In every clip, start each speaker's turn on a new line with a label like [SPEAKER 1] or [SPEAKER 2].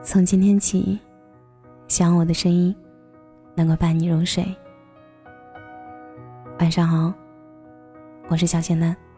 [SPEAKER 1] 从今天起，希望我的声音能够伴你入睡。晚上好，我是小仙丹。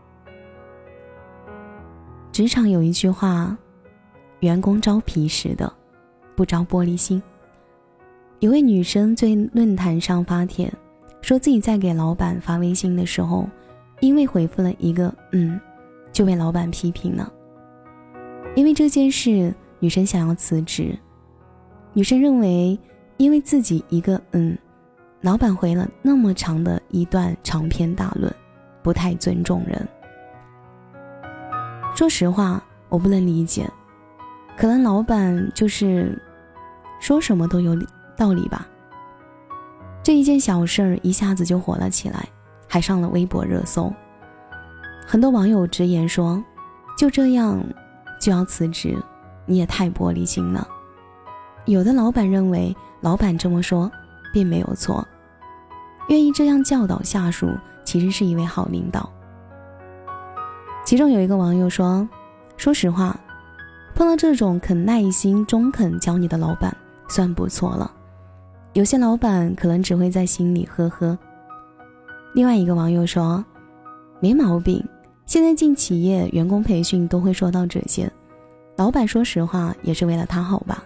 [SPEAKER 1] 职场有一句话，员工招皮实的，不招玻璃心。一位女生在论坛上发帖，说自己在给老板发微信的时候，因为回复了一个就被老板批评了。因为这件事，女生想要辞职。女生认为，因为自己一个老板回了那么长的一段长篇大论，不太尊重人。说实话，我不能理解，可能老板就是说什么都有道理吧。这一件小事儿一下子就火了起来，还上了微博热搜。很多网友直言说，就这样就要辞职，你也太玻璃心了。有的老板认为老板这么说并没有错，愿意这样教导下属其实是一位好领导。其中有一个网友说，说实话，碰到这种肯耐心中肯教你的老板算不错了，有些老板可能只会在心里呵呵。另外一个网友说，没毛病，现在进企业员工培训都会说到这些，老板说实话也是为了他好吧。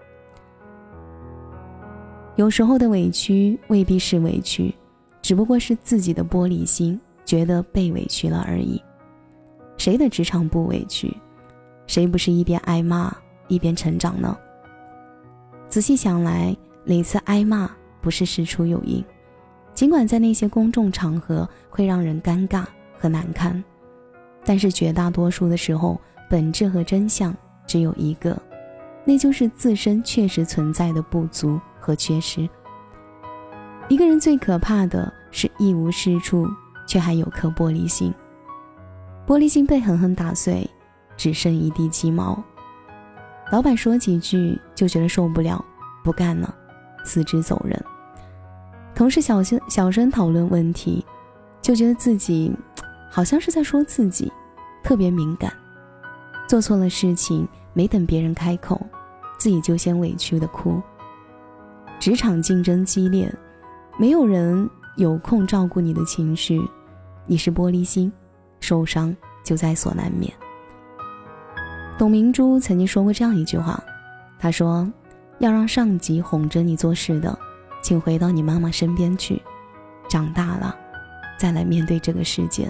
[SPEAKER 1] 有时候的委屈未必是委屈，只不过是自己的玻璃心觉得被委屈了而已。谁的职场不委屈？谁不是一边挨骂一边成长呢？仔细想来，哪次挨骂不是事出有因？尽管在那些公众场合会让人尴尬和难堪，但是绝大多数的时候，本质和真相只有一个，那就是自身确实存在的不足和缺失。一个人最可怕的是一无是处，却还有颗玻璃心。玻璃心被狠狠打碎，只剩一地鸡毛。老板说几句就觉得受不了，不干了，辞职走人。同事小声讨论问题，就觉得自己好像是在说自己，特别敏感。做错了事情，没等别人开口，自己就先委屈的哭。职场竞争激烈，没有人有空照顾你的情绪，你是玻璃心，受伤就在所难免。董明珠曾经说过这样一句话，她说，要让上级哄着你做事的，请回到你妈妈身边去，长大了再来面对这个世界。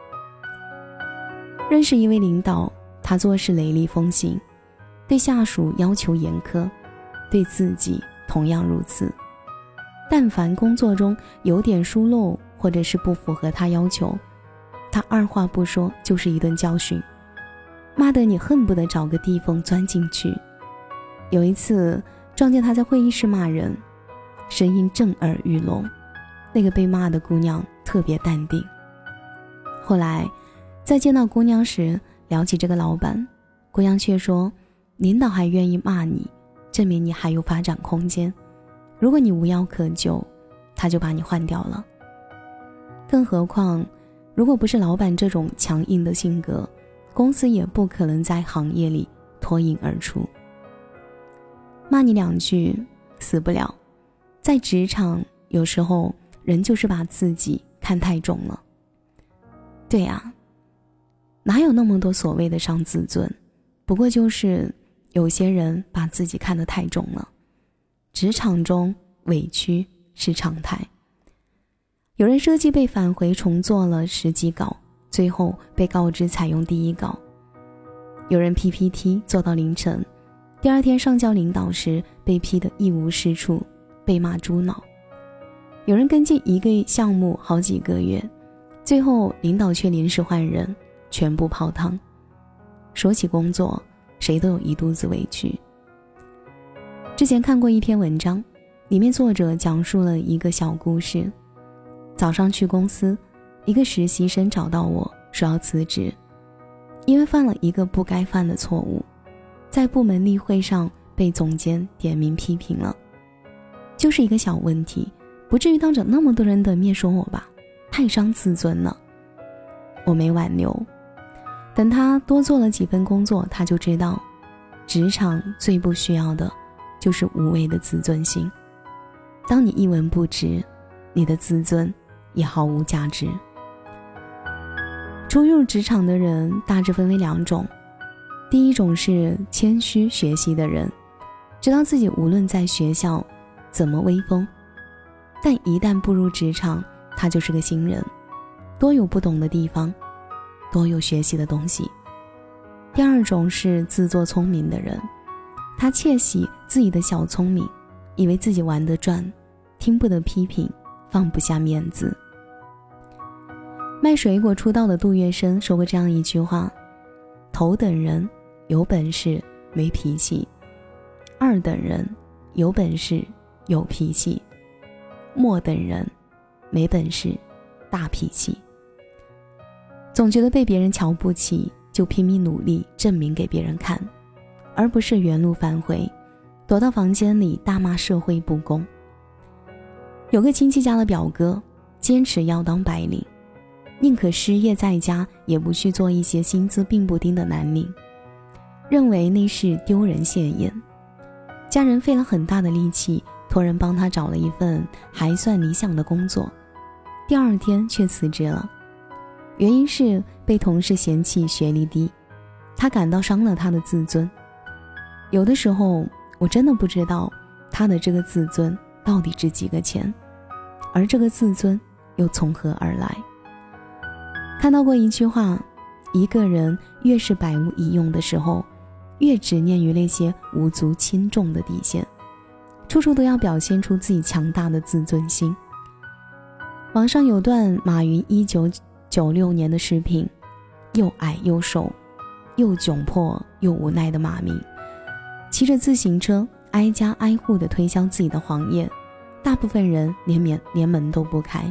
[SPEAKER 1] 认识一位领导，他做事雷厉风行，对下属要求严苛，对自己同样如此。但凡工作中有点疏漏或者是不符合他要求，他二话不说就是一顿教训，骂得你恨不得找个地缝钻进去。有一次撞见他在会议室骂人，声音震耳欲聋，那个被骂的姑娘特别淡定。后来在见到姑娘时聊起这个老板，姑娘却说，领导还愿意骂你，证明你还有发展空间，如果你无药可救，他就把你换掉了。更何况如果不是老板这种强硬的性格，公司也不可能在行业里脱颖而出。骂你两句死不了，在职场有时候人就是把自己看太重了。对啊，哪有那么多所谓的伤自尊，不过就是有些人把自己看得太重了。职场中委屈是常态，有人设计被返回重做了10几稿，最后被告知采用第一稿。有人 PPT 做到凌晨，第二天上交领导时被批得一无是处，被骂猪脑。有人跟进一个项目好几个月，最后领导却临时换人，全部泡汤。说起工作，谁都有一肚子委屈。之前看过一篇文章，里面作者讲述了一个小故事。早上去公司，一个实习生找到我说要辞职，因为犯了一个不该犯的错误，在部门例会上被总监点名批评了。就是一个小问题，不至于当着那么多人的面说我吧，太伤自尊了。我没挽留，等他多做了几份工作，他就知道职场最不需要的就是无谓的自尊心。当你一文不值，你的自尊也毫无价值。初入职场的人大致分为2种，第一种是谦虚学习的人，知道自己无论在学校怎么威风，但一旦步入职场，他就是个新人，多有不懂的地方，多有学习的东西。第二种是自作聪明的人，他窃喜自己的小聪明，以为自己玩得转，听不得批评，放不下面子。卖水果出道的杜月笙说过这样一句话：头等人有本事没脾气，二等人有本事有脾气，末等人没本事大脾气。总觉得被别人瞧不起，就拼命努力证明给别人看，而不是原路返回，躲到房间里大骂社会不公。有个亲戚家的表哥坚持要当白领，宁可失业在家，也不去做一些薪资并不低的蓝领，认为那是丢人现眼。家人费了很大的力气，托人帮他找了一份还算理想的工作，第2天却辞职了。原因是被同事嫌弃学历低，他感到伤了他的自尊。有的时候我真的不知道他的这个自尊到底值几个钱，而这个自尊又从何而来。看到过一句话，一个人越是百无一用的时候，越执念于那些无足轻重的底线，处处都要表现出自己强大的自尊心。网上有段马云1996年的视频，又矮又瘦，又窘迫又无奈的马明，骑着自行车挨家挨户地推销自己的黄页，大部分人连门都不开。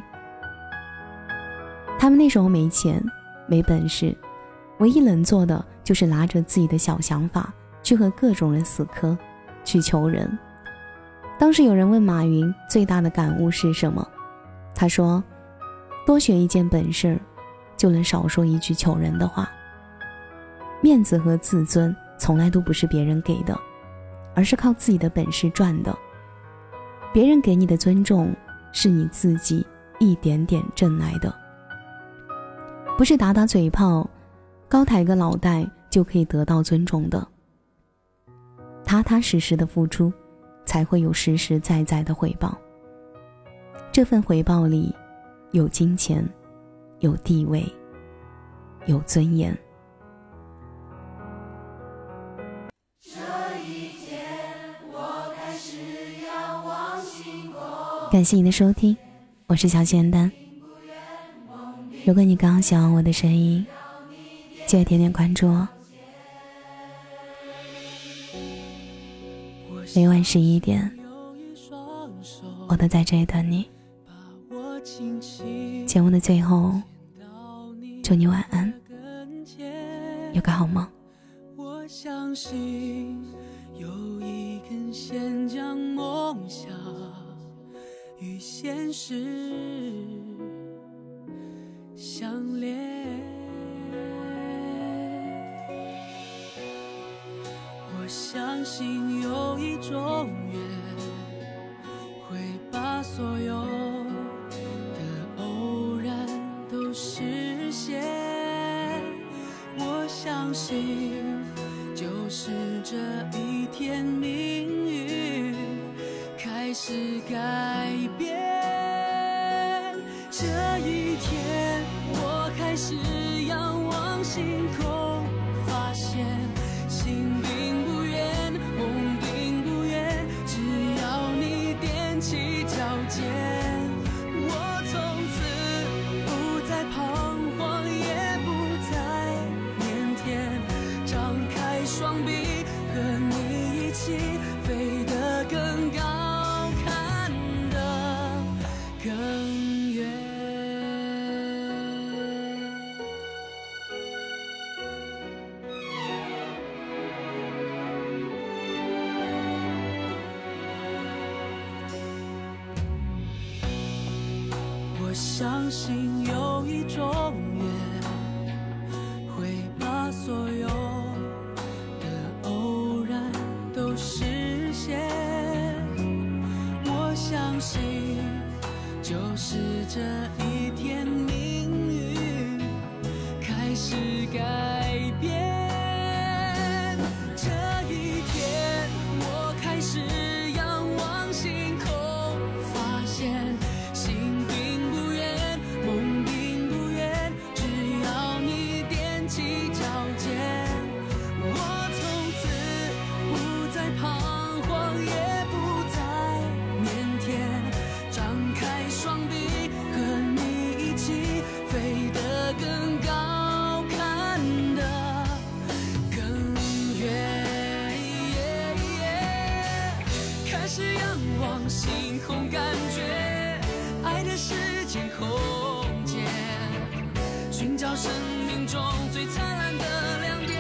[SPEAKER 1] 他们那时候没钱没本事，唯一能做的就是拿着自己的小想法去和各种人死磕，去求人。当时有人问马云最大的感悟是什么，他说多学一件本事，就能少说一句求人的话。面子和自尊从来都不是别人给的，而是靠自己的本事赚的。别人给你的尊重，是你自己一点点挣来的，不是打打嘴炮，高抬个脑袋就可以得到尊重的。踏踏实实的付出，才会有实实在在的回报。这份回报里有金钱，有地位，有尊严。感谢你的收听，我是小简单。如果你刚刚喜欢我的声音，记得点点关注哦。每晚11点，我都在这里等你。节目的最后，祝你晚安，有个好梦。
[SPEAKER 2] 我相信有一根线将梦想与现实相连，我相信有一种缘会把所有的偶然都实现，我相信就是这一天命运开始改变，这一天我开始仰望星空，发现心并不远，梦并不远，只要你踮起脚尖，我从此不再彷徨，也不再腼腆，张开双臂和你一起飞得更高，看得更远。我相信有一种缘会把所有的偶然始改变。这一天，我开始仰望星空，发现心并不远，梦并不远，只要你踮起脚尖。我从此不再彷徨，也不再腼腆，张开双臂，和你一起飞得更高，看得更远。开始仰望星空，感觉爱的时间空间，寻找生命中最灿烂的亮点。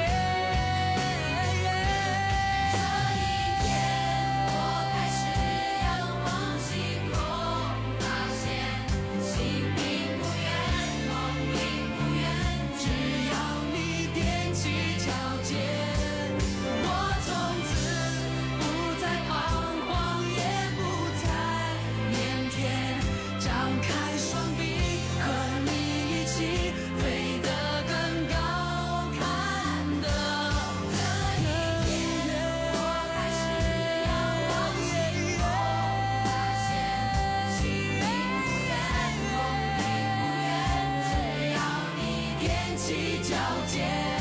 [SPEAKER 2] 脚尖。